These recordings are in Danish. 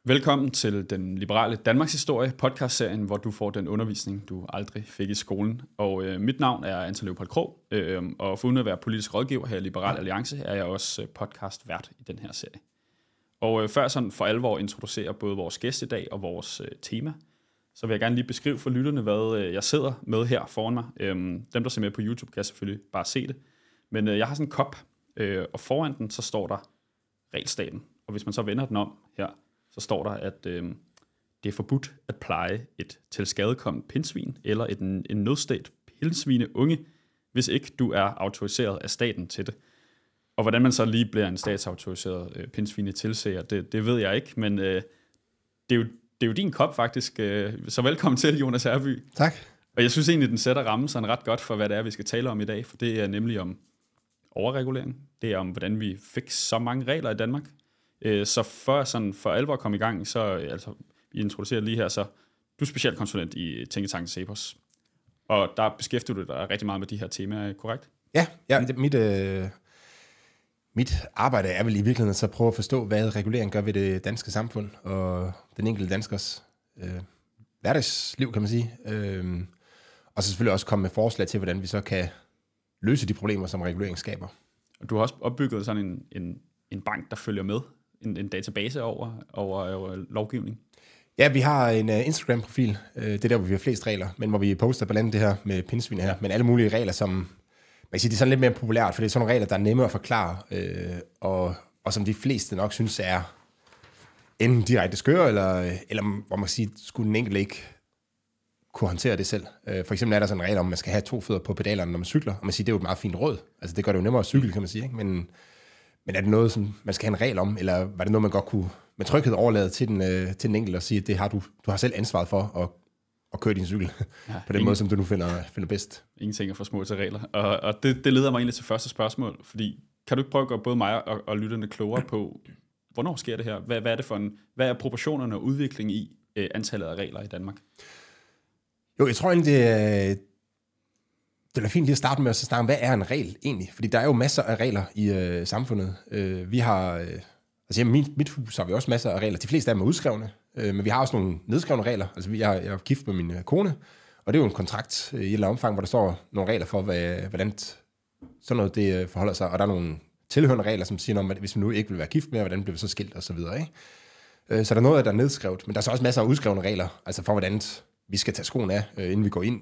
Velkommen til Den Liberale Danmarks Historie, podcastserien, hvor du får den undervisning, du aldrig fik i skolen. Og mit navn er Anton Leopold Krog, og foruden at være politisk rådgiver her i Liberal Alliance, er jeg også podcastvært i den her serie. Og før sådan for alvor introducerer både vores gæst i dag og vores tema, så vil jeg gerne lige beskrive for lytterne, hvad jeg sidder med her foran mig. Dem, der ser med på YouTube, kan selvfølgelig bare se det. Men jeg har sådan en kop, og foran den, så står der regelstaten. Og hvis man så vender den om her, så står der, at det er forbudt at pleje et tilskadekommet pindsvin eller en nødstedt pindsvineunge, hvis ikke du er autoriseret af staten til det. Og hvordan man så lige bliver en statsautoriseret pindsvinetilseer, det ved jeg ikke, men det er jo din kop faktisk. Så velkommen til, Jonas Herby. Tak. Og jeg synes egentlig, den sætter rammen sådan ret godt for, hvad det er, vi skal tale om i dag, for det er nemlig om overregulering. Det er om, hvordan vi fik så mange regler i Danmark. Så for alvor at komme i gang, så vi introducerer lige her, så du er specialkonsulent i Tænketanken CEPOS, og der beskæftiger du dig rigtig meget med de her temaer, korrekt? Ja, mit arbejde er vel i virkeligheden så at prøve at forstå, hvad regulering gør ved det danske samfund, og den enkelte danskers hverdagsliv, kan man sige. Og så selvfølgelig også komme med forslag til, hvordan vi så kan løse de problemer, som regulering skaber. Og du har også opbygget sådan en bank, der følger med, en database over lovgivning. Ja, vi har en Instagram-profil, det er der, hvor vi har flest regler, men hvor vi poster blandt andet det her med pindsvin her, men alle mulige regler, som man kan sige, det er sådan lidt mere populært, for det er sådan nogle regler, der er nemmere at forklare, og som de fleste nok synes er enten direkte skøre, eller hvor man kan sige, skulle den enkelte ikke kunne håndtere det selv. For eksempel er der sådan en regel om, at man skal have 2 fødder på pedalerne, når man cykler, og man siger, det er jo et meget fint råd. Altså det gør det jo nemmere at cykle, kan man sige, ikke? Men er det noget, som man skal have en regel om, eller var det noget, man godt kunne med tryghed overlade til den enkelte og sige, at det har du har selv ansvaret for at køre din cykel på den måde, som du nu finder bedst? Ingenting er for små til regler. Og det leder mig egentlig til første spørgsmål, fordi kan du ikke prøve at gøre både mig og lytterne klogere på, hvornår sker det her? Hvad er proportionerne og udviklingen i antallet af regler i Danmark? Jo, jeg tror egentlig, det er fint lige at starte med at snakke om, hvad er en regel egentlig? Fordi der er jo masser af regler i samfundet. Vi har, altså i mit hus har vi også masser af regler. De fleste af dem er udskrevne, men vi har også nogle nedskrevne regler. Altså jeg er gift med min kone, og det er jo en kontrakt i et eller andet omfang, hvor der står nogle regler for, hvordan sådan noget det forholder sig. Og der er nogle tilhørende regler, som siger noget om, at hvis vi nu ikke vil være gift med, hvordan bliver vi så skilt og så videre, ikke? Så der er noget af der er nedskrevet, men der er så også masser af udskrevne regler, altså for hvordan vi skal tage skoen af, inden vi går ind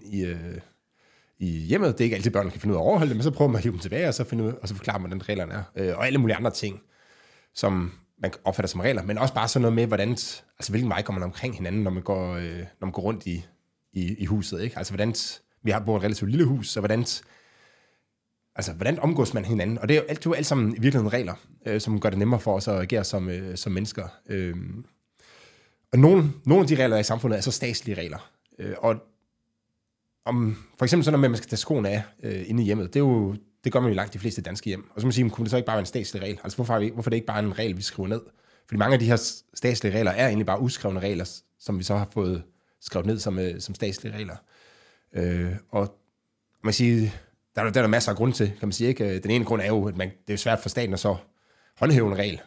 i hjemmet. Det er ikke altid børn, kan finde ud af at overholde det, men så prøver man at hive dem tilbage, og så finde ud, og så forklarer man, hvordan reglerne er. Og alle mulige andre ting, som man opfatter som regler, men også bare sådan noget med, hvilken vej kommer man omkring hinanden, når man går rundt i huset, ikke? Altså hvordan, vi har et relativt lille hus, så hvordan omgås man hinanden? Og det er jo alt sammen i virkeligheden regler, som gør det nemmere for os at agere som mennesker. Og nogle af de regler, der er i samfundet, er så statslige regler. Og for eksempel sådan noget med, at man skal tage skoene af inde i hjemmet, det gør man jo i langt de fleste danske hjem. Og så må man sige, kunne det så ikke bare være en statslig regel? Altså hvorfor er det ikke bare en regel, vi skriver ned? Fordi mange af de her statslige regler er egentlig bare uskrevne regler, som vi så har fået skrevet ned som statslige regler. Og man siger, der er masser af grunde til, kan man sige, ikke? Den ene grund er jo, at det er svært for staten at så håndhæve en regel.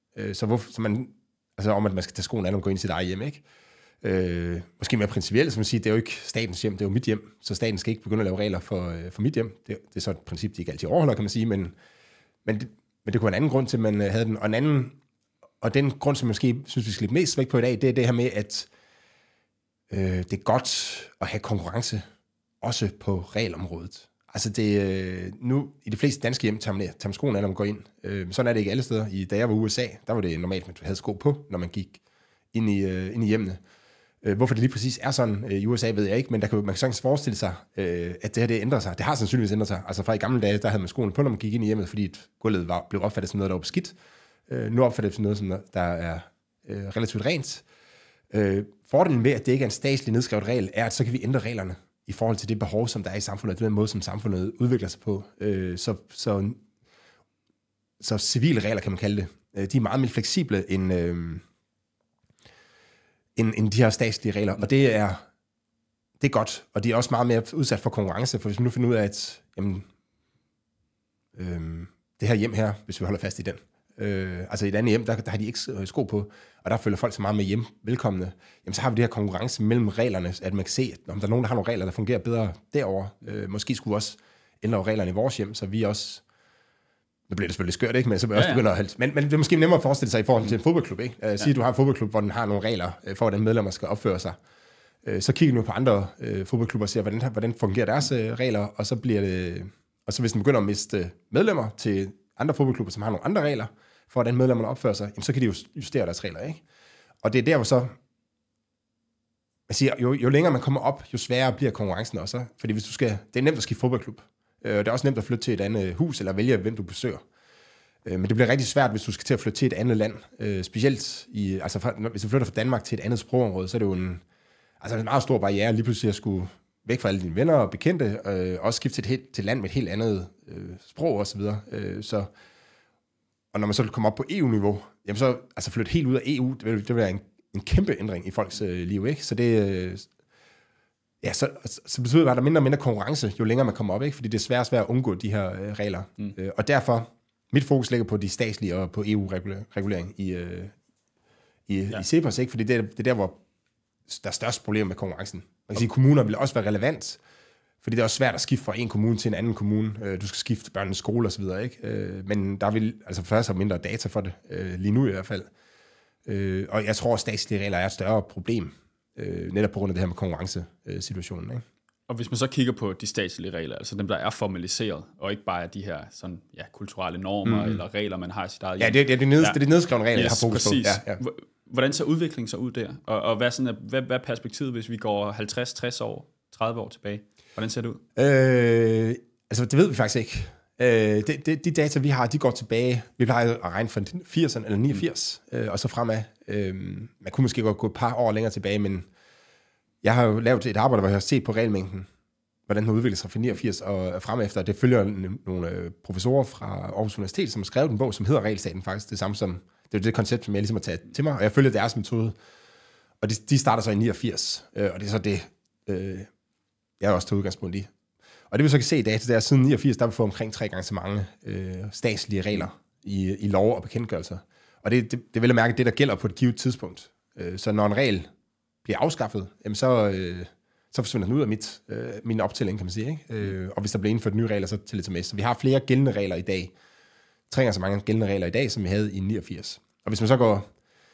Om at man skal tage skoene af, når man går ind i sit eget hjem, ikke? Måske mere principielt, som man siger, det er jo ikke statens hjem, det er jo mit hjem, så staten skal ikke begynde at lave regler for mit hjem. Det er så et princip, de ikke altid overholder, kan man sige, men det kunne være en anden grund til, at man havde den, og den grund, som jeg måske synes, vi skal lægge mest væk på i dag, det er det her med, at det er godt at have konkurrence, også på regelområdet. Altså nu i de fleste danske hjem tager man skoene af, når man går ind. Sådan er det ikke alle steder. Da jeg var i USA, der var det normalt, at du havde sko på, når man gik ind i hjemmene. Hvorfor det lige præcis er sådan i USA, ved jeg ikke, men man kan sagtens forestille sig, at det her det ændrer sig. Det har sandsynligvis ændret sig. Altså fra i gamle dage, der havde man skoene på, når man gik ind i hjemmet, fordi gulvet blev opfattet som noget, der var beskidt. Nu opfatter det som noget, som der er relativt rent. Fordelen ved, at det ikke er en statslig nedskrevet regel, er, at så kan vi ændre reglerne i forhold til det behov, som der er i samfundet, den måde, som samfundet udvikler sig på. Så civile regler, kan man kalde det, de er meget mere fleksible end de her statslige regler, og det er godt, og de er også meget mere udsat for konkurrence, for hvis man nu finder ud af, at det her hjem her, hvis vi holder fast i den, Altså i et andet hjem, der har de ikke sko på, og der føler folk så meget med hjem velkomne. Jamen så har vi det her konkurrence mellem reglerne, at man kan se, om der er nogen, der har nogle regler, der fungerer bedre derovre. Måske skulle vi også ændre reglerne i vores hjem, så vi også... Nu bliver det selvfølgelig skørt, ikke? Men så også begynder at... Men det er måske nemmere at forestille sig i forhold til en fodboldklub, ikke? Sige, at du har en fodboldklub, hvor den har nogle regler for, hvordan medlemmer skal opføre sig. Så kigger du på andre fodboldklubber og ser, hvordan fungerer deres regler, og så bliver det... Og så hvis den begynder at miste medlemmer til andre fodboldklubber, som har nogle andre regler for, hvordan medlemmerne opfører sig, jamen, så kan de jo justere deres regler, ikke? Og det er der, hvor så... Man siger, jo længere man kommer op, jo sværere bliver konkurrencen også. Fordi hvis du skal... Det er nemt at skifte fodboldklub. Det er også nemt at flytte til et andet hus, eller vælge, hvem du besøger. Men det bliver rigtig svært, hvis du skal til at flytte til et andet land. Specielt hvis du flytter fra Danmark til et andet sprogområde, så er det jo en meget stor barriere lige pludselig at skulle væk fra alle dine venner og bekendte, også skifte til et land med et helt andet sprog og så videre. Og når man så kommer op på EU-niveau, jamen så flytte helt ud af EU, det vil være en kæmpe ændring i folks liv, ikke? Så det... så betyder det, at der er mindre og mindre konkurrence, jo længere man kommer op, ikke? Fordi det er svært at undgå de her regler. Og derfor, mit fokus ligger på de statslige og på EU-regulering i CEPOS, ikke? Fordi det er der, hvor der er størst problem med konkurrencen. Man kan sige, at kommuner vil også være relevant, fordi det er også svært at skifte fra en kommune til en anden kommune. Du skal skifte børnenes skole og så videre, ikke? Men der vil først have mindre data for det, lige nu i hvert fald. Og jeg tror, at statslige regler er et større problem, netop på grund af det her med konkurrencesituationen, ikke? Og hvis man så kigger på de statslige regler, altså dem, der er formaliseret, og ikke bare de her sådan, kulturelle normer eller regler, man har i sit eget hjem. Ja, det er de nedskrevne regler, jeg har fokus på. Ja. Hvordan ser udviklingen så ud der? Og hvad er perspektivet, hvis vi går 50, 60 år, 30 år tilbage? Hvordan ser det ud? Det ved vi faktisk ikke. De data, vi har, de går tilbage. Vi plejer at regne fra 80'erne eller 89, og så fremad. Man kunne måske godt gå et par år længere tilbage, men jeg har jo lavet et arbejde, hvor jeg har set på regelmængden, hvordan den udvikler sig fra 89 og fremefter. Det følger nogle professorer fra Aarhus Universitet, som har skrevet en bog, som hedder Regelstaten faktisk. Det samme som, det er det koncept, som jeg ligesom har taget til mig, og jeg følger deres metode. Og de starter så i 89, og det er så det, jeg har også taget udgangspunkt i. Og det vi så kan se i data, det er siden 89, der har vi fået omkring 3 gange så mange statslige regler i lov og bekendtgørelser. Og det vil jeg mærke, det der gælder på et givet tidspunkt. Så når en regel bliver afskaffet, jamen så forsvinder den ud af min optælling, kan man sige, ikke? Og hvis der bliver indført nye regler, så tæller det med. Så vi har flere gældende regler i dag. 3 gange så mange gældende regler i dag, som vi havde i 89. Og hvis man så går...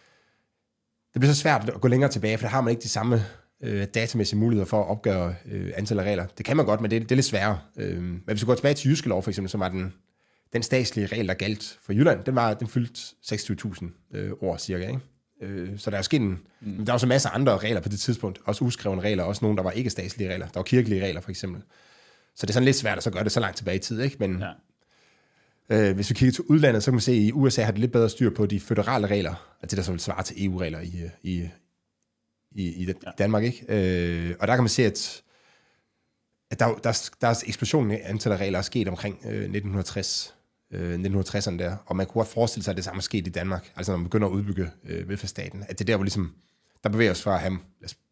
Det bliver så svært at gå længere tilbage, for der har man ikke de samme datamæssige muligheder for at opgøre antallet af regler. Det kan man godt, men det er lidt sværere. Men hvis vi går tilbage til Jyske Lov, for eksempel, så var den statslige regel, der galt for Jylland, den fyldte 26.000 ord cirka, ikke? Så der er sket der var så masser af andre regler på det tidspunkt, også uskrevne regler, også nogle, der var ikke statslige regler. Der var kirkelige regler, for eksempel. Så det er sådan lidt svært at så gøre det så langt tilbage i tid, ikke? Men hvis vi kigger til udlandet, så kan man se, at i USA har det lidt bedre styr på de føderale regler, altså det, der så vil svare til EU-regler i Danmark, ikke? Og der kan man se, at der er eksplosionen i antallet af regler er sket omkring 1960'erne der, og man kunne godt forestille sig, at det samme er sket i Danmark, altså når man begynder at udbygge velfærdsstaten, at det er der, hvor ligesom, der bevæger os fra at have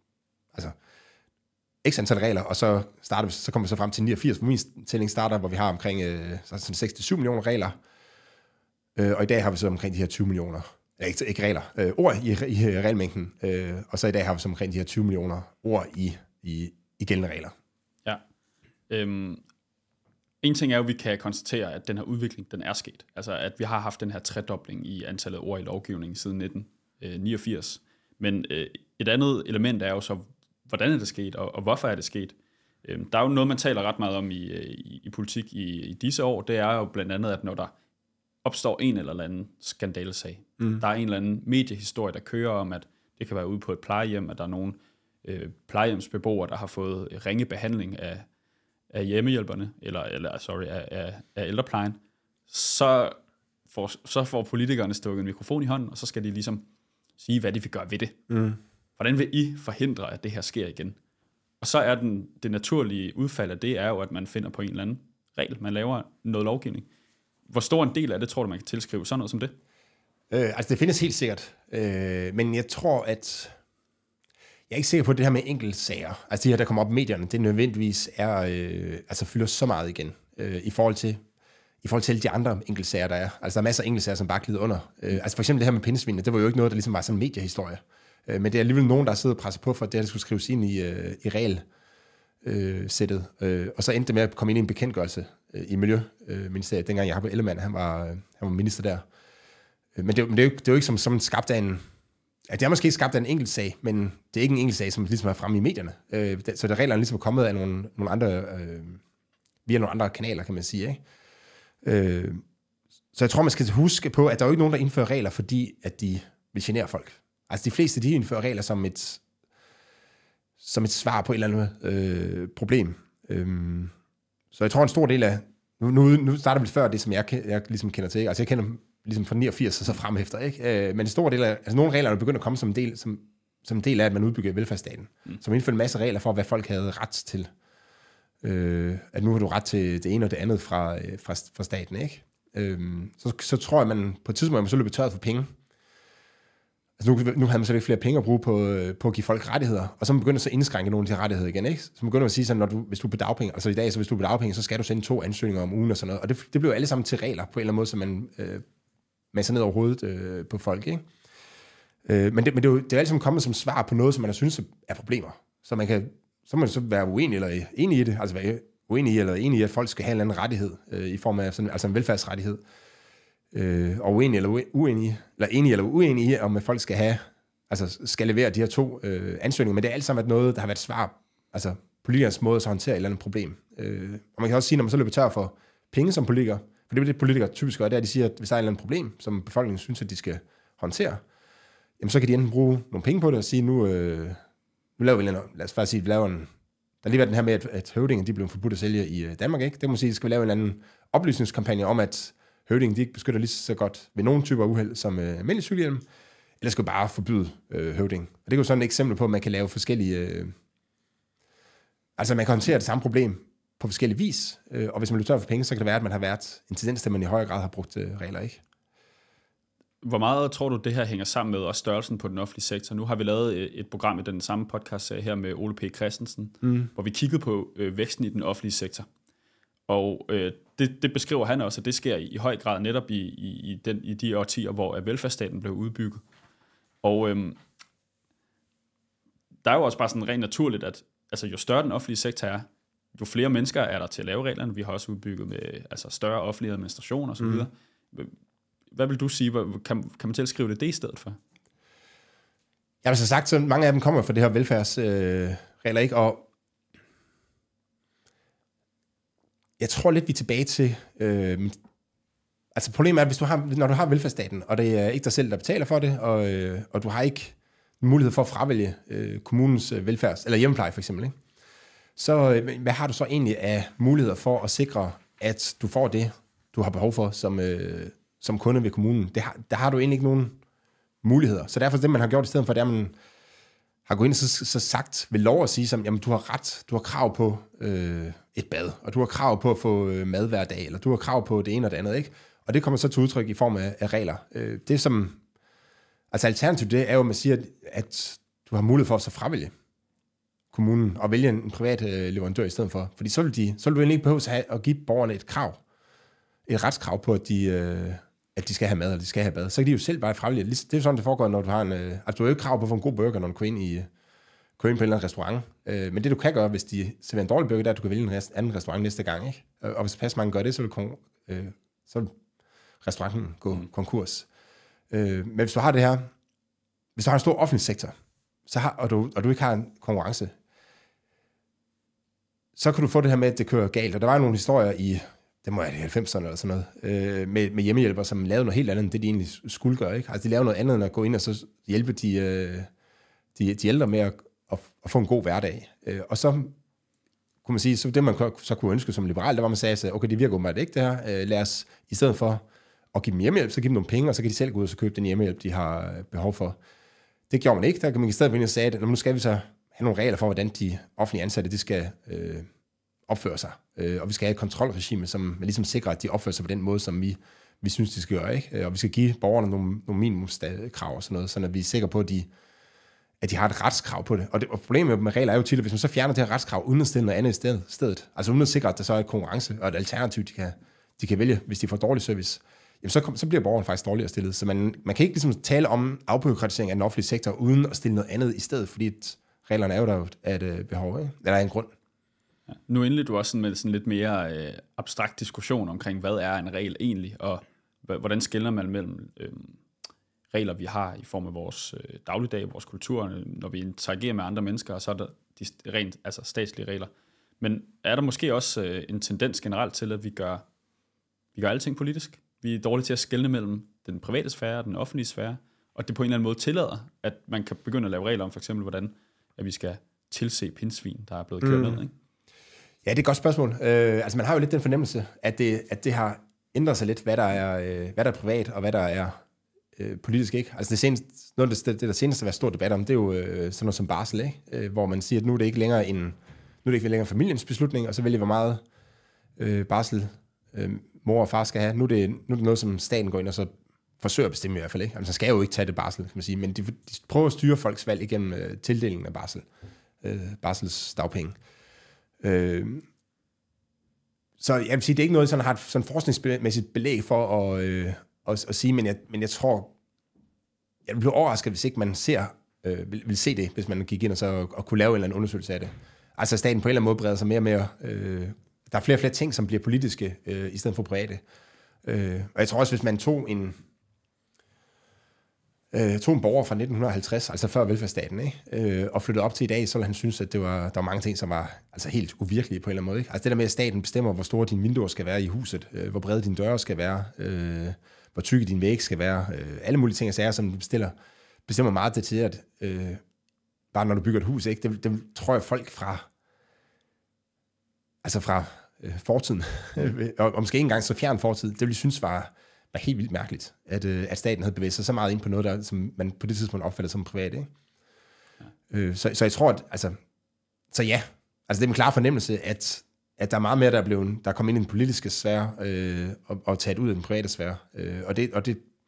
x antal regler, og så kommer vi så frem til 89, hvor min tælling starter, hvor vi har omkring 6-7 millioner regler, og i dag har vi så omkring de her 20 millioner, ikke regler, ord i regelmængden, og så i dag har vi så omkring de her 20 millioner ord i gældende regler. Ja. En ting er jo, at vi kan konstatere, at den her udvikling, den er sket. Altså, at vi har haft den her tredobling i antallet af ord i lovgivningen siden 1989. Men et andet element er jo så, hvordan er det sket, og hvorfor er det sket? Der er jo noget, man taler ret meget om i politik i disse år. Det er jo blandt andet, at når der opstår en eller anden skandalesag, der er en eller anden mediehistorie, der kører om, at det kan være ude på et plejehjem, at der er nogle plejehjemsbeboere, der har fået ringe behandling af hjemmehjælperne, af ældreplejen, så får politikerne stukket en mikrofon i hånden, og så skal de ligesom sige, hvad de vil gøre ved det. Hvordan vil I forhindre, at det her sker igen? Og så er det naturlige udfald af det, er jo, at man finder på en eller anden regel. Man laver noget lovgivning. Hvor stor en del af det, tror du, man kan tilskrive sådan noget som det? Det findes helt sikkert. Men jeg tror, at... Jeg er ikke sikker på, at det her med enkeltsager, altså de her, der kommer op i medierne, det nødvendigvis fylder så meget igen, i forhold til i forhold til de andre enkeltsager, der er. Altså, der er masser af enkeltsager, som bare glider under. Altså, for eksempel det her med pindsvinene, det var jo ikke noget, der ligesom var sådan en mediehistorie. Men det er alligevel nogen, der sidder og presser på for, at det her skulle skrives ind i regelsættet. Og så endte det med at komme ind i en bekendtgørelse i Miljøministeriet, dengang Jacob Ellemann, han var minister der. Men det er jo ikke som skabt af en... Ja, det er måske skabt af en enkelt sag, men det er ikke en enkelt sag, som ligesom er fremme i medierne. Så det reglerne ligesom er kommet af nogle andre... via nogle andre kanaler, kan man sige, ikke? Så jeg tror, man skal huske på, at der er jo ikke nogen, der indfører regler, fordi at de vil genere folk. Altså de fleste, de indfører regler som et svar på et eller andet problem. Så jeg tror, en stor del af... Nu starter vi før det, som jeg ligesom kender til. Ikke? Altså jeg kender ligesom fra 89 og så frem efter. Ikke? Men en stor del af... Altså nogle regler er begyndt at komme som en del af, at man udbygger velfærdsstaten. Så man indfører en masse regler for, hvad folk havde ret til. At nu har du ret til det ene og det andet fra staten, ikke? Så tror jeg, man på et tidspunkt er man så løbet tørt for penge. Altså nu har man så ikke flere penge at bruge på at give folk rettigheder, og så begynder man så at indskrænke nogle af de rettigheder igen, ikke? Så begynder man at sige sådan, hvis du er på dagpenge, altså i dag, så hvis du er på dagpenge, så skal du sende 2 ansøgninger om ugen og sådan noget, og det bliver alle sammen til regler på en eller anden måde, så man så ned over hovedet på folk, ikke? Men det er jo alt sammen kommet som svar på noget, som man har synes er problemer, så må man så være uenig eller enig i det, altså være uenig eller enig i, at folk skal have en eller anden rettighed i form af sådan, altså en velfærdsrettighed. Og uenig eller uenig i, om folk skal levere de her 2 ansøgninger, men det er alt sammen noget, der har været svar, altså politikernes måde at håndtere et eller andet problem. Og man kan også sige, når man så løber tør for penge som politiker, for det er det, politikere typisk gør, det er, at de siger, at hvis der er et eller andet problem, som befolkningen synes, at de skal håndtere, jamen så kan de enten bruge nogle penge på det og sige, nu laver vi lad os bare sige, der har lige været den her med, at høvdingen, de blev forbudt at sælge i Danmark, ikke? Det må sige, at skal vi lave en eller anden oplysningskampagne om, at høvdingen, de ikke beskytter lige så godt ved nogle typer uheld som almindelig cykelhjelm, eller skal vi bare forbyde høvding. Og det er jo sådan et eksempel på, at man kan lave forskellige... altså man kan håndtere det samme problem på forskellige vis, og hvis man løber tør for penge, så kan det være, at man har været en tendens til, at man i højere grad har brugt regler, ikke? Hvor meget tror du, det her hænger sammen med også størrelsen på den offentlige sektor? Nu har vi lavet et program i den samme podcast her med Ole P. Christensen, hvor vi kiggede på væksten i den offentlige sektor. Og det beskriver han også, at det sker i høj grad netop i de årtier, hvor velfærdsstaten blev udbygget. Og der er jo også bare sådan rent naturligt, at altså, jo større den offentlige sektor er, jo flere mennesker er der til at lave reglerne. Vi har også udbygget med større offentlig administration og så videre. Hvad vil du sige? Kan man tilskrive det i stedet for? Jeg har så sagt, så mange af dem kommer fra det her velfærdsregler, ikke? Og jeg tror lidt, vi er tilbage til... altså problemet er, at når du har velfærdsstaten, og det er ikke dig selv, der betaler for det, og du har ikke mulighed for at fravælge kommunens velfærds... eller hjemmepleje for eksempel, ikke? Så hvad har du så egentlig af muligheder for at sikre, at du får det, du har behov for som kunde ved kommunen? Der har du egentlig ikke nogen muligheder. Så derfor det, man har gjort i stedet for, det er, man har gået ind og så sagt ved lov at sige, som, jamen du har ret, du har krav på et bad, og du har krav på at få mad hver dag, eller du har krav på det ene og det andet, ikke? Og det kommer så til udtryk i form af regler. Det som, altså alternativt det er jo, at man siger, at du har mulighed for at så fravælge kommunen og vælge en privat leverandør i stedet for. Fordi så vil du egentlig ikke behøve at give borgerne et retskrav på, at de skal have mad, eller de skal have bad. Så kan de jo selv bare fravælge. Det er jo sådan, det foregår, når du har altså du har jo ikke krav på at få en god burger, når du går ind på en eller anden restaurant. Men det du kan gøre, hvis de serverer en dårlig burger, det er, at du kan vælge en anden restaurant næste gang, ikke? Og hvis pas mange gør det, så vil restauranten gå konkurs. Men hvis du har det her, hvis du har en stor offentlig sektor, og du ikke har en konkurrence, så kan du få det her med, at det kører galt. Og der var nogle historier i, det må være 90'erne eller sådan noget, med hjemmehjælper, som lavede noget helt andet, end det de egentlig skulle gøre, ikke? Altså de lavede noget andet, end at gå ind og så hjælpe de ældre med at få en god hverdag. Og så kunne man sige, så det man så kunne ønske som liberal, der var man sagde, okay, det virker meget ikke det her, lad os i stedet for at give dem hjemmehjælp, så give dem nogle penge, og så kan de selv gå ud og så købe den hjemmehjælp, de har behov for. Det gjorde man ikke. Der kan man i stedet for sige, at nu skal vi så have nogle regler for, hvordan de offentlige ansatte, de skal opføre sig. Og vi skal have et kontrolregime, som ligesom sikrer, at de opfører sig på den måde, som vi synes, de skal gøre, ikke? Og vi skal give borgerne nogle minimumskrav og sådan noget, så vi er sikre på, at de har et retskrav på det. Og problemet med regler er jo til, at hvis man så fjerner det her retskrav, uden at stille noget andet i stedet, altså uden at sikre, at der så er et konkurrence og et alternativ, de kan vælge, hvis de får dårlig service, jamen så bliver borgeren faktisk dårligere stillet. Så man kan ikke ligesom tale om afbureaukratisering af den offentlige sektor, uden at stille noget andet i stedet, fordi reglerne er jo der af et behov, ikke? Eller af en grund. Ja. Nu indledte du også sådan med sådan lidt mere abstrakt diskussion omkring, hvad er en regel egentlig, og hvordan skelner man mellem regler, vi har i form af vores dagligdag, vores kultur, når vi interagerer med andre mennesker, og så er der de rent statslige regler. Men er der måske også en tendens generelt til, at vi gør alting politisk? Vi er dårlige til at skelne mellem den private sfære og den offentlige sfære, og det på en eller anden måde tillader, at man kan begynde at lave regler om for eksempel, hvordan at vi skal tilse pindsvin, der er blevet kørt ned, ikke? Ja, det er et godt spørgsmål. Altså man har jo lidt den fornemmelse, at det har ændret sig lidt, hvad der er privat, og hvad der er politisk, ikke? Altså det der seneste har været stor debat om, det er jo sådan noget som barsel, ikke? Hvor man siger, at nu er det ikke længere familiens beslutning, og så vælger hvor meget barsel mor og far skal have. Nu er det noget, som staten går ind og så forsøger at bestemme i hvert fald, ikke? Altså, man skal jo ikke tage det barsel, kan man sige, men de prøver at styre folks valg igennem tildelingen af barselsdagpenge. Så jeg vil sige, det er ikke noget, sådan har et sådan forskningsmæssigt belæg for at sige, men jeg tror, jeg bliver overrasket, hvis ikke man vil se det, hvis man gik ind og kunne lave en eller anden undersøgelse af det. Altså staten på en eller anden måde breder sig mere og mere. Der er flere og flere ting, som bliver politiske, i stedet for private. Og jeg tror også, hvis man tog en borger fra 1950, altså før velfærdsstaten, ikke? Og flyttede op til i dag, så ville han synes, at der var mange ting, som var altså helt uvirkelige på en eller anden måde, ikke? Altså det der med, at staten bestemmer, hvor store dine vinduer skal være i huset, hvor brede dine døre skal være, hvor tykke dine vægge skal være, alle mulige ting og sager, som bestemmer meget detaljeret, bare når du bygger et hus, ikke? Det tror jeg folk fra fortiden, og måske ikke engang så fjern fortid, det ville jeg synes var helt vildt mærkeligt, at staten havde bevæget sig så meget ind på noget, der, som man på det tidspunkt opfattede som privat, ikke? Ja. Så jeg tror, at så ja, altså det er en klar fornemmelse, at der er meget mere, der er kommet ind i den politiske sfære, og taget ud af den private sfære, og det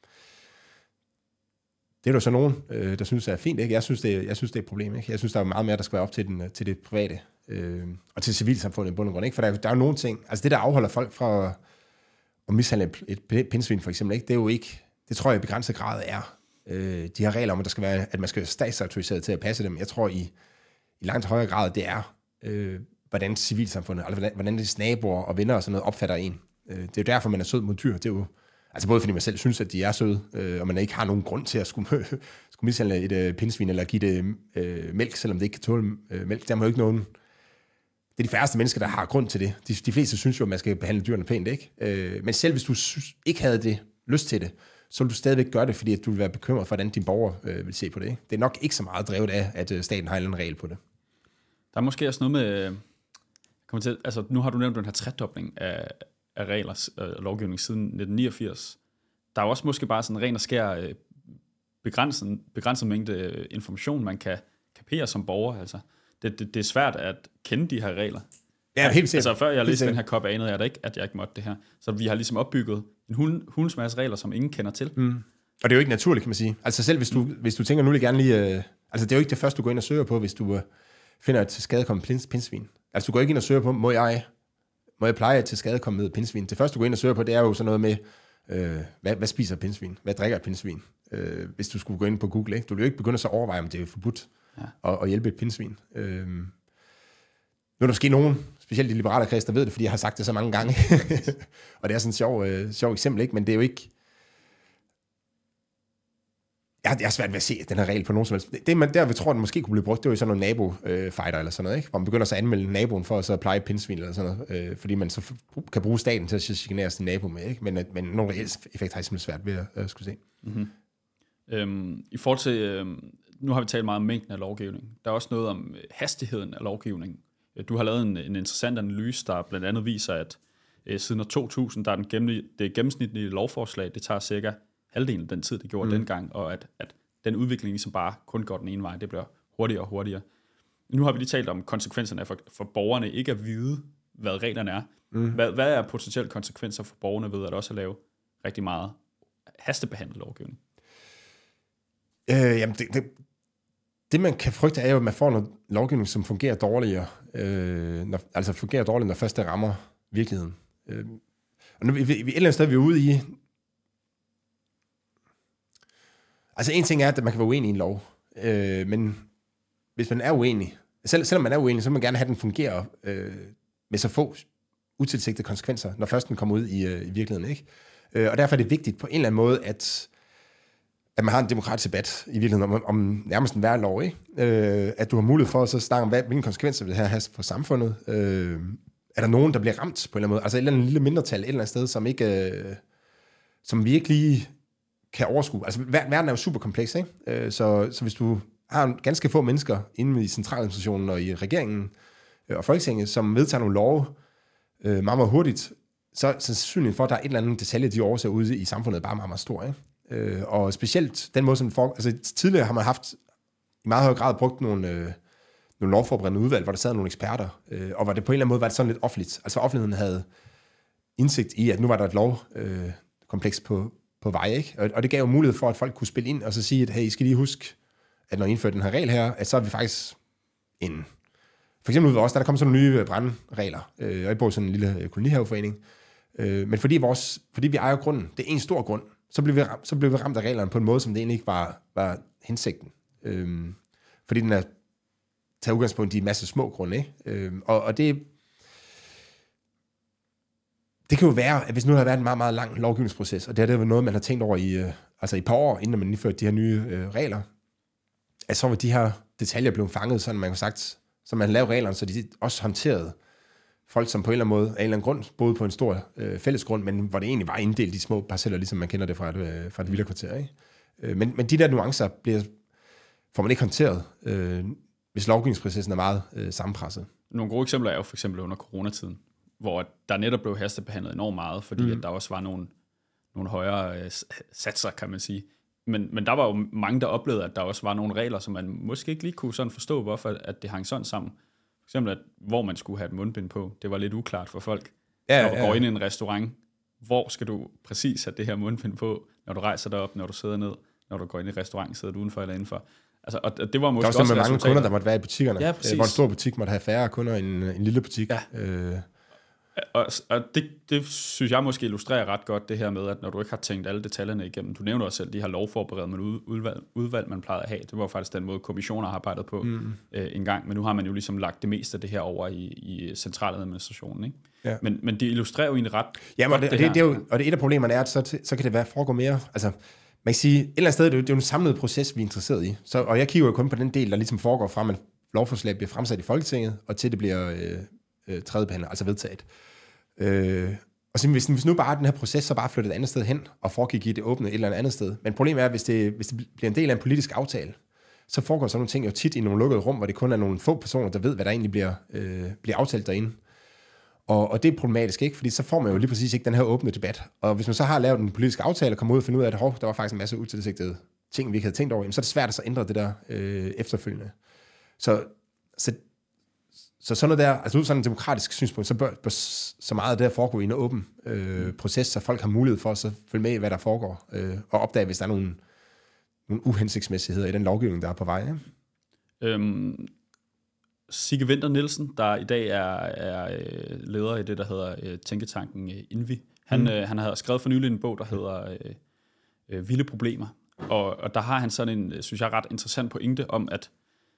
er der så nogen, der synes er fint, ikke? Jeg synes, det er et problem, ikke? Jeg synes, der er meget mere, der skal være op til det private, og til civilsamfundet i bund og grund, ikke? For der er jo nogle ting, altså det, der afholder folk fra at mishandle et pindsvin for eksempel, ikke? Det er jo ikke, det tror jeg i begrænset grad er de her regler om, at man skal være statsautoriseret til at passe dem. Jeg tror i langt højere grad, det er, hvordan civilsamfundet, altså hvordan de naboer og venner og sådan noget opfatter en. Det er jo derfor, man er sød mod dyr. Det er jo, altså både fordi man selv synes, at de er søde, og man ikke har nogen grund til at skulle mishandle et pindsvin, eller give det mælk, selvom det ikke kan tåle mælk. Der er jo ikke nogen. Det er de færreste mennesker, der har grund til det. De fleste synes jo, at man skal behandle dyrene pænt, ikke? Men selv hvis du ikke havde lyst til det, så vil du stadigvæk gøre det, fordi at du vil være bekymret for, hvordan dine borgere vil se på det, ikke? Det er nok ikke så meget drevet af, at staten har en eller anden regel på det. Der er måske også noget med, altså nu har du nævnt den her tredobling af regler og lovgivning siden 1989. Der er også måske bare sådan en ren og skær begrænset mængde information, man kan kapere som borger, altså. Det er svært at kende de her regler. Ja, helt sikkert. Altså før jeg læste den her kop, anede jeg da ikke, at jeg ikke måtte det her. Så vi har ligesom opbygget en hulens masse regler, som ingen kender til. Mm. Og det er jo ikke naturligt, kan man sige. Altså selv hvis du tænker, nu vil jeg gerne lige... altså det er jo ikke det første, du går ind og søger på, hvis du finder et skadekommet pindsvin. Altså du går ikke ind og søger på, må jeg pleje til skadekommet pindsvin. Det første, du går ind og søger på, det er jo sådan noget med, hvad spiser et pindsvin? Hvad drikker et pindsvin? Hvis du skulle gå ind på Google, ikke? Du vil jo ikke begynde at så overveje, om det er forbudt at hjælpe et pindsvin. Nu er der måske nogen, specielt de liberale kreds, der ved det, fordi jeg har sagt det så mange gange. Og det er sådan et sjovt eksempel, ikke? Men det er jo ikke... Jeg har svært ved at se den her regel på nogen som helst. Det man der tror, den måske kunne blive brugt, det var jo sådan nogle nabo-fighter eller sådan noget, ikke? Hvor man begynder så at anmelde naboen for at så pleje et pindsvin eller sådan noget, fordi man så kan bruge staten til at chikanere sin nabo med, ikke? Men nogen reelt effekt har jeg simpelthen svært ved at skulle se. Mm-hmm. I forhold til... Nu har vi talt meget om mængden af lovgivning. Der er også noget om hastigheden af lovgivning. Du har lavet en interessant analyse, der blandt andet viser, at siden år 2000, der er det gennemsnitlige lovforslag, det tager cirka halvdelen af den tid, det gjorde dengang, og at den udvikling ligesom bare kun går den ene vej, det bliver hurtigere og hurtigere. Nu har vi lige talt om konsekvenserne for borgerne ikke at vide, hvad reglerne er. Hvad er potentielle konsekvenser for borgerne ved at også lave rigtig meget hastebehandlet lovgivning? Jamen, det man kan frygte er jo, at man får noget lovgivning, som fungerer dårligere, når først det rammer virkeligheden. Og nu, vi et eller andet sted, vi er ude i... Altså en ting er, at man kan være uenig i en lov, men hvis man er uenig, selvom man er uenig, så vil man gerne have, at den fungerer med så få utilsigtede konsekvenser, når først den kommer ud i virkeligheden, ikke? Og derfor er det vigtigt på en eller anden måde, at man har en demokratisk debat i virkeligheden om nærmest en hver lov, ikke? At du har mulighed for at så snakke om, hvilke konsekvenser vil det her have for samfundet. Er der nogen, der bliver ramt på en eller anden måde? Altså et eller andet lille mindretal et eller andet sted, som vi ikke lige kan overskue. Altså verden er jo super kompleks, ikke? Så hvis du har ganske få mennesker inde i centraladministrationen og i regeringen og Folketinget, som vedtager nogle love meget, meget hurtigt, så sandsynligheden for, at der er et eller andet detalje, de overser ude i samfundet, er bare meget, meget stor, ikke? Og specielt den måde, som tidligere har man haft i meget høj grad brugt nogle lovforberedende udvalg, hvor der sad nogle eksperter, og hvor det på en eller anden måde var det sådan lidt offentligt. Altså offentligheden havde indsigt i, at nu var der et lovkompleks på vej, ikke? Og det gav jo mulighed for, at folk kunne spille ind og så sige, at hey, I skal lige huske, at når I indfører den her regel her, at så er vi faktisk for eksempel ud af os, der kom sådan nogle nye brandregler, og jeg bor i sådan en lille kolonihaveforening, men fordi vi ejer grunden, det er en stor grund, så blev vi ramt af reglerne på en måde, som det egentlig ikke var hensigten. Fordi den er taget udgangspunkt i en masse små grunde, ikke? Og det kan jo være, at hvis nu har været en meget, meget lang lovgivningsproces, og det er noget, man har tænkt over i et par år, inden man indførte de her nye regler, at så var de her detaljer blevet fanget, sådan man har sagt, så man lavede reglerne, så de også håndterede folk, som på en eller anden måde, af en eller anden grund, boede på en stor fælles grund, men hvor det egentlig var inddelt i små parceller, ligesom man kender det fra et villakvarter, ikke? Men de der nuancer får man ikke håndteret, hvis lovgivningsprocessen er meget sammenpresset. Nogle gode eksempler er jo for eksempel under coronatiden, hvor der netop blev hastebehandlet enormt meget, fordi at der også var nogle højere satser, kan man sige. Men der var jo mange, der oplevede, at der også var nogle regler, som man måske ikke lige kunne sådan forstå, hvorfor at det hang sådan sammen. For eksempel, at hvor man skulle have et mundbind på, det var lidt uklart for folk. Når du går ind i en restaurant, hvor skal du præcis have det her mundbind på, når du rejser dig op, når du sidder ned, når du går ind i restaurant, sidder du udenfor eller indenfor. Altså, og det var måske også mange kunder, der måtte være i butikkerne. Ja, hvor en stor butik måtte have færre kunder end en lille butik. Ja. Og det synes jeg måske illustrerer ret godt det her med, at når du ikke har tænkt alle detaljerne igennem, du nævner også selv de her lovforberedende udvalg, man plejede at have. Det var faktisk den måde, kommissioner har arbejdet på en gang, men nu har man jo ligesom lagt det meste af det her over i centraladministrationen, ikke? Ja. Men det illustrerer jo egentlig ret godt det er jo, og det et af problemerne er, at så kan det foregå mere, altså man kan sige, et eller andet sted, det er jo en samlet proces, vi er interesseret i. Og jeg kigger jo kun på den del, der ligesom foregår fra, at lovforslag bliver fremsat i Folketinget, og til det bliver tredjebehandlet, altså vedtaget. Og så hvis nu bare den her proces så bare flyttet et andet sted hen, og foregik i det åbne et eller andet sted. Men problemet er, hvis det bliver en del af en politisk aftale, så foregår sådan nogle ting jo tit i nogle lukkede rum, hvor det kun er nogle få personer, der ved, hvad der egentlig bliver aftalt derinde. Og det er problematisk, ikke? Fordi så får man jo lige præcis ikke den her åbne debat. Og hvis man så har lavet en politisk aftale og kommer ud og finder ud af, at der var faktisk en masse utilsigtede ting, vi ikke havde tænkt over, så er det svært at så ændre det der efterfølgende. Så sådan noget der, altså ud fra sådan en demokratisk synspunkt, så bør så meget af det her foregå i en åben proces, så folk har mulighed for at så følge med i, hvad der foregår, og opdage, hvis der er nogle uhensigtsmæssigheder i den lovgivning, der er på vej. Ja? Sigge Winther Nielsen, der i dag er leder i det, der hedder tænketanken INVI, han har skrevet for nylig en bog, der hedder Vilde Problemer, og der har han sådan en, synes jeg, ret interessant pointe om, at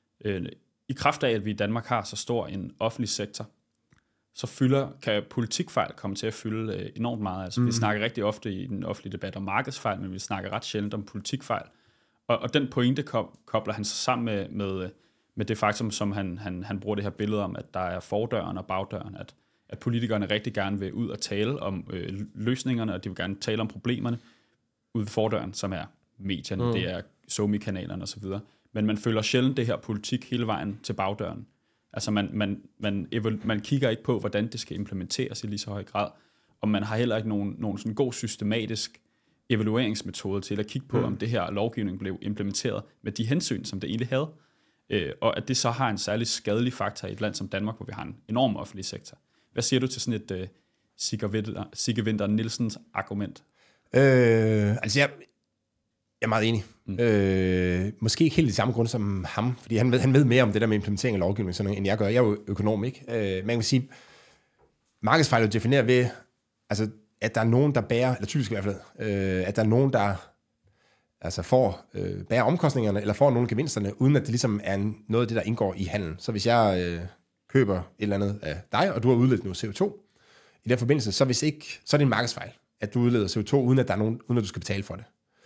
i kraft af, at vi i Danmark har så stor en offentlig sektor, så kan politikfejl komme til at fylde enormt meget. Altså, vi snakker rigtig ofte i den offentlige debat om markedsfejl, men vi snakker ret sjældent om politikfejl. Og den pointe kobler han sig sammen med det faktum, som han bruger det her billede om, at der er fordøren og bagdøren, at politikerne rigtig gerne vil ud og tale om løsningerne, og de vil gerne tale om problemerne ud ved fordøren, som er medierne, det er SoMe-kanalerne osv., men man følger sjældent det her politik hele vejen til bagdøren. Altså man kigger ikke på, hvordan det skal implementeres i lige så høj grad, og man har heller ikke nogen sådan god systematisk evalueringsmetode til at kigge på, om det her lovgivning blev implementeret med de hensyn, som det egentlig havde, og at det så har en særlig skadelig faktor i et land som Danmark, hvor vi har en enorm offentlig sektor. Hvad siger du til sådan et Sigge Winther Nielsens argument? Altså jeg er meget enig. Måske ikke helt i samme grund som ham, fordi han ved mere om det der med implementering af lovgivning, sådan, end jeg gør. Jeg er jo økonom, ikke? Man kan sige, markedsfejl er defineret ved, altså at der er nogen, der bærer, eller typisk i hvert fald, at der er nogen, der altså får bærer omkostningerne, eller får nogle af gevinsterne, uden at det ligesom er noget af det, der indgår i handlen. Så hvis jeg køber et eller andet af dig, og du har udledt noget CO2, i den forbindelse, så er det en markedsfejl, at du udleder CO2, uden at du skal betale for det.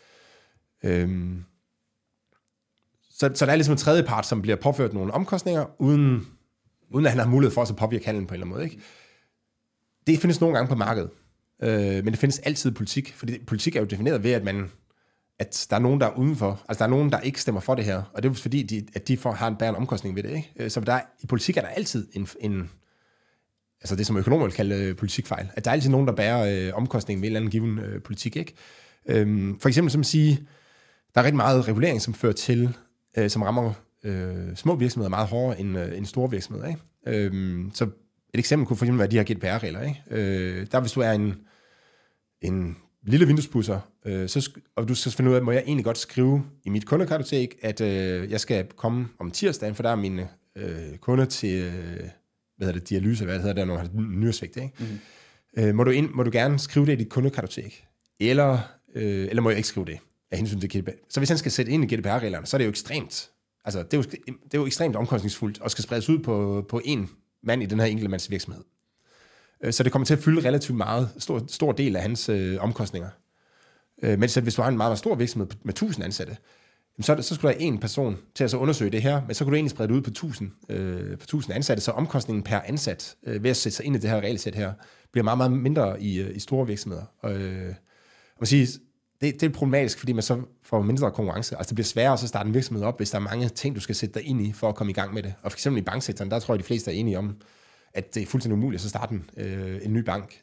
Så der er ligesom en tredje part, som bliver påført nogle omkostninger, uden at han har mulighed for at påvirke handlen på en eller anden måde. Ikke? Det findes nogle gange på markedet, men det findes altid i politik, fordi politik er jo defineret ved, at der er nogen, der er udenfor, altså der er nogen, der ikke stemmer for det her, og det er jo fordi, at de har en bærende omkostning ved det. Ikke? Så i politik er der altid altså det, som økonomer vil kalde politikfejl, at der er altid nogen, der bærer omkostningen ved en eller anden given politik. Ikke? For eksempel som at sige, der er rigtig meget regulering, som fører til, som rammer små virksomheder meget hårdere end store virksomheder. Ikke? Så et eksempel kunne for eksempel være de her GDPR-regler. Ikke? Der hvis du er en lille vinduespudser, og du skal finde ud af, må jeg egentlig godt skrive i mit kundekartotek, at jeg skal komme om tirsdagen, for der er mine kunder til dialyse, hvad det hedder, der når man har nyresvigt. Ikke? Må du gerne skrive det i dit kundekartotek? Eller må jeg ikke skrive det af hensyn til GDPR? Så hvis han skal sætte ind i GDPR-reglerne, så er det jo ekstremt, altså det er jo ekstremt omkostningsfuldt, og skal spredes ud på én mand i den her enkelte mands virksomhed. Så det kommer til at fylde relativt meget, stor del af hans omkostninger. Men så hvis du har en meget, meget stor virksomhed med 1000 ansatte, så skulle der en person til at så undersøge det her, men så kunne du egentlig sprede det ud på 1000 ansatte, så omkostningen per ansat ved at sætte sig ind i det her regelsæt her, bliver meget, meget mindre i store virksomheder. Og man siger, det er problematisk, fordi man så får mindre konkurrence. Altså det bliver sværere at så starte en virksomhed op, hvis der er mange ting, du skal sætte dig ind i, for at komme i gang med det. Og for eksempel i banksektoren, der tror jeg, de fleste er enige om, at det er fuldstændig umuligt at så starte en ny bank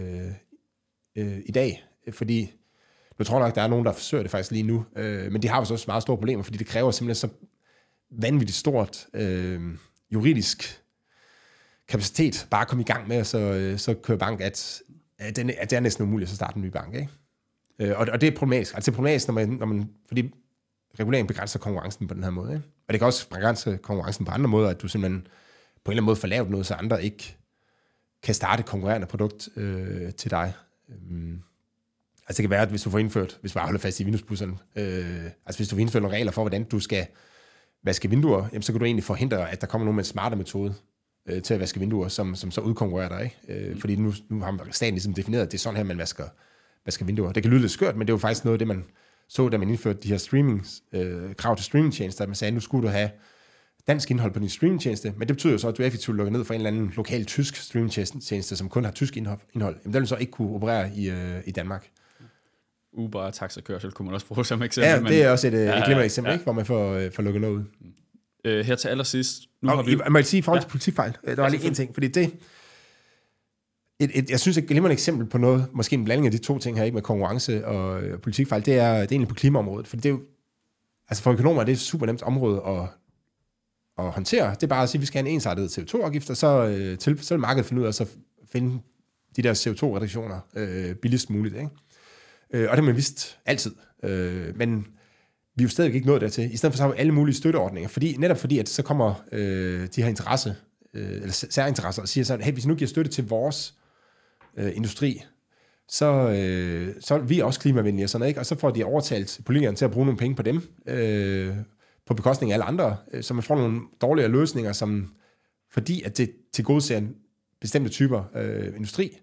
i dag, fordi nu tror jeg nok, der er nogen, der forsøger det faktisk lige nu, men de har jo så også meget store problemer, fordi det kræver simpelthen så vanvittigt stort juridisk kapacitet bare at komme i gang med, så køre bank, at det er næsten umuligt at starte en ny bank. Ikke? Og det er problematisk. Altså det er problematisk, når man fordi reguleringen begrænser konkurrencen på den her måde. Ikke? Og det kan også begrænse konkurrencen på andre måder, at du simpelthen på en eller anden måde får lavet noget, så andre ikke kan starte et konkurrerende produkt til dig. Altså det kan være, at hvis du får indført, hvis du bare holder fast i vinduespudserne, altså hvis du får indført nogle regler for, hvordan du skal vaske vinduer, jamen, så kan du egentlig forhindre, at der kommer nogen med en smartere metode til at vaske vinduer, som så udkonkurrerer dig. Ikke? Fordi nu har staten ligesom defineret, at det er sådan her, man vasker vinduer. Det kan lyde lidt skørt, men det er jo faktisk noget af det, man så, da man indførte de her krav til streamingtjenester, at man sagde, at nu skulle du have dansk indhold på din streamingtjeneste, men det betyder jo så, at du effektivt lukker ned for en eller anden lokal tysk streamingtjeneste, som kun har tysk indhold. Jamen, der vil så ikke kunne operere i Danmark. Uber og taxakørsel kunne man også bruge som eksempel. Ja, det er også et glimrende eksempel, ikke, hvor man får lukket noget ud. Her til allersidst. Må jeg sige i forhold til politikfejl? Der var lige en ting, fordi det... Jeg synes, et glimrende eksempel på noget, måske en blanding af de to ting her, ikke, med konkurrence og politikfejl, det er egentlig på klimaområdet. Fordi det er jo... Altså for økonomer er det et super nemt område at håndtere. Det er bare at sige, at vi skal have en ensartet CO2-afgift, og så vil markedet finde ud af at finde de der CO2-reduktioner billigst muligt. Ikke? Og det har man vist altid. Men vi er jo stadig ikke nået dertil. I stedet for så har vi alle mulige støtteordninger. Netop fordi, at så kommer de her eller særinteresser og siger sådan, hey, hvis vi nu giver støtte til vores industri, så er vi også klimavenlige og sådan noget, ikke? Og så får de overtalt politikerne til at bruge nogle penge på dem, på bekostning af alle andre, så man får nogle dårligere løsninger, fordi at det tilgodeser en bestemte typer industri.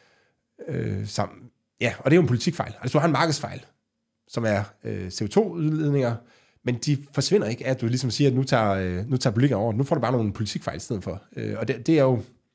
Og det er jo en politikfejl. Altså du har en markedsfejl, som er CO2-udledninger, men de forsvinder ikke, at du ligesom siger, at nu tager politikere over. Nu får du bare nogle politikfejl i stedet for. Og det er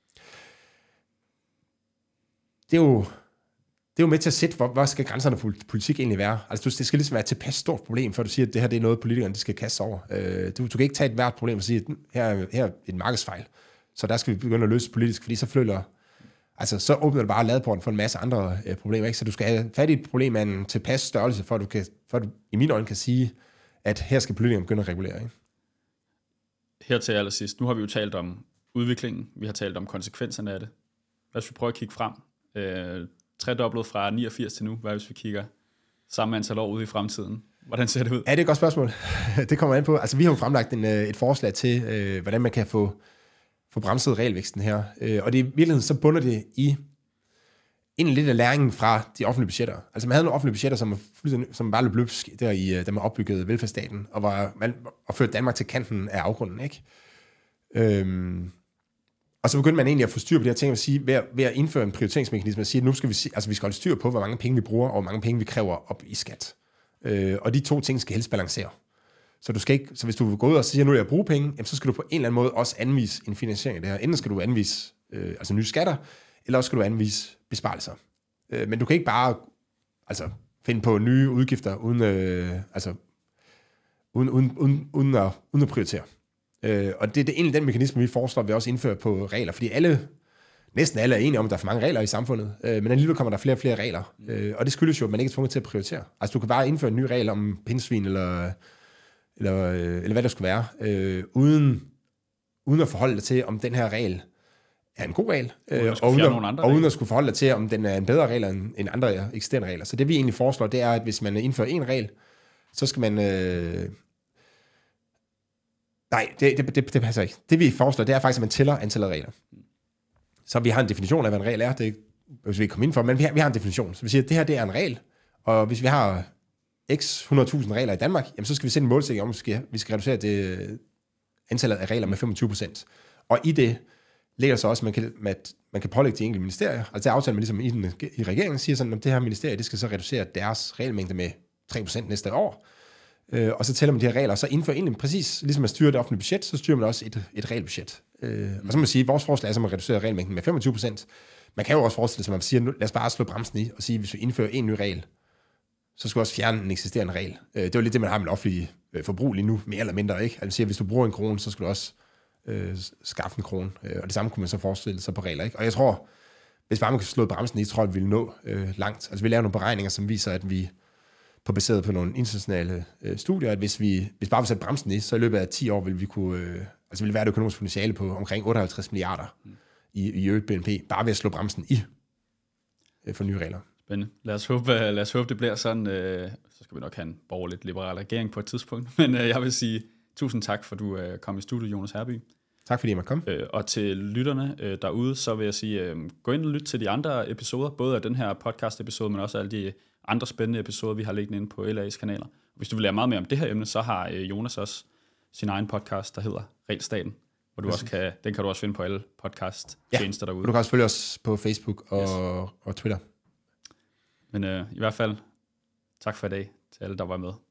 jo med til at sætte, hvor skal grænserne for politik egentlig være. Altså det skal ligesom være et tilpas stort problem, før du siger, at det her det er noget, politikerne skal kaste sig over. Du kan ikke tage et hvert problem og sige, at her er et markedsfejl, så der skal vi begynde at løse politisk, fordi så åbner du bare ladeporten for en masse andre problemer. Ikke? Så du skal have fat i et problem af en tilpas størrelse, for at du i mine øjne kan sige, at her skal politikerne begynde at regulere. Ikke? Her til allersidst, nu har vi jo talt om udviklingen, vi har talt om konsekvenserne af det. Lad os prøve at kigge frem. Tredoblet fra 89 til nu, hvad hvis vi kigger samme antal år ude i fremtiden? Hvordan ser det ud? Ja, det er et godt spørgsmål. Det kommer an på. Altså, vi har jo fremlagt et forslag til, hvordan man kan få bremset realvæksten her. Og det i virkeligheden, så bunder det i, egentlig lidt af læringen fra de offentlige budgetter. Altså man havde nogle offentlige budgetter, som bare løb løbsk da man opbyggede velfærdsstaten, og førte Danmark til kanten af afgrunden, ikke? Og så begyndte man egentlig at få styr på de her ting, ved at indføre en prioriteringsmekanisme, og sige, at nu skal vi holde styr på, hvor mange penge vi bruger, og hvor mange penge vi kræver op i skat. Og de to ting skal helst balancere. Så hvis du vil gå ud og sige, at nu vil jeg bruge penge, jamen, så skal du på en eller anden måde også anvise en finansiering af det her. Enten skal du anvise nye skatter, eller også skal du anvise besparelser. Men du kan ikke bare finde på nye udgifter uden at prioritere. Og det er egentlig den mekanisme, vi foreslår, vi også indfører på regler, fordi næsten alle er enige om, at der er for mange regler i samfundet, men alligevel kommer der flere og flere regler. Og det skyldes jo, at man ikke er tvunget til at prioritere. Altså du kan bare indføre en ny regel om pindsvin, eller hvad der skulle være, uden at forholde dig til, om den her regel er en god regel, og uden at skulle forholde dig til, om den er en bedre regel end andre eksisterende regler. Så det vi egentlig foreslår, det er, at hvis man indfører en regel, så skal man... Nej, det passer ikke. Det vi foreslår, det er faktisk, at man tæller antallet af regler. Så vi har en definition af, hvad en regel er. Det hvis vi ikke komme ind for, men vi har en definition. Så vi siger, at det her det er en regel, og hvis vi har x 100.000 regler i Danmark, jamen, så skal vi sætte en målsætning om, at vi skal reducere det antallet af regler med 25%. Og i det ligger så også, at man kan pålægge de enkelte ministerier, altså det aftale man ligesom i regeringen, siger sådan, at det her ministerie, det skal så reducere deres regelmængde med 3% næste år, og så tæller man de her regler, og så indfører egentlig præcis, ligesom man styrer det offentlige budget, så styrer man også et regelbudget. Og så må man sige, at vores forslag er, at man reducerer regelmængden med 25%. Man kan jo også forestille sig, at man siger, lad os bare slå bremsen i, og sige, at hvis vi indfører en ny regel, så skal vi også fjerne en eksisterende regel. Det er jo lidt det, man har med offentlig forbrug lige nu, mere eller mindre, ikke? Altså siger, hvis du bruger 1 krone, så skal du også skaffe 1 krone. Og det samme kunne man så forestille sig på regler, ikke? Og jeg tror, hvis bare man kan slå bremsen i, så tror jeg, at vi vil nå langt. Altså vi laver nogle beregninger, som viser, at vi baseret på nogle internationale studier, at hvis bare vi sætter bremsen i, så i løbet af 10 år vil vi kunne, vil være et økonomisk potentiale på omkring 58 milliarder i øget BNP, bare ved at slå bremsen i for nye regler. Spændende. Lad os håbe, det bliver sådan. Så skal vi nok have en borgerligt liberal regering på et tidspunkt. Men jeg vil sige tusind tak, for du kom i studiet, Jonas Herby. Tak fordi jeg måtte komme. Og til lytterne derude, så vil jeg sige, gå ind og lyt til de andre episoder, både af den her podcast-episode, men også alle de andre spændende episoder, vi har liggende inde på LA's kanaler. Hvis du vil lære meget mere om det her emne, så har Jonas også sin egen podcast, der hedder Regelstaten, hvor du også den kan du også finde på alle podcast-tjenester derude. Og du kan også følge os på Facebook og Twitter. Men i hvert fald, tak for i dag til alle, der var med.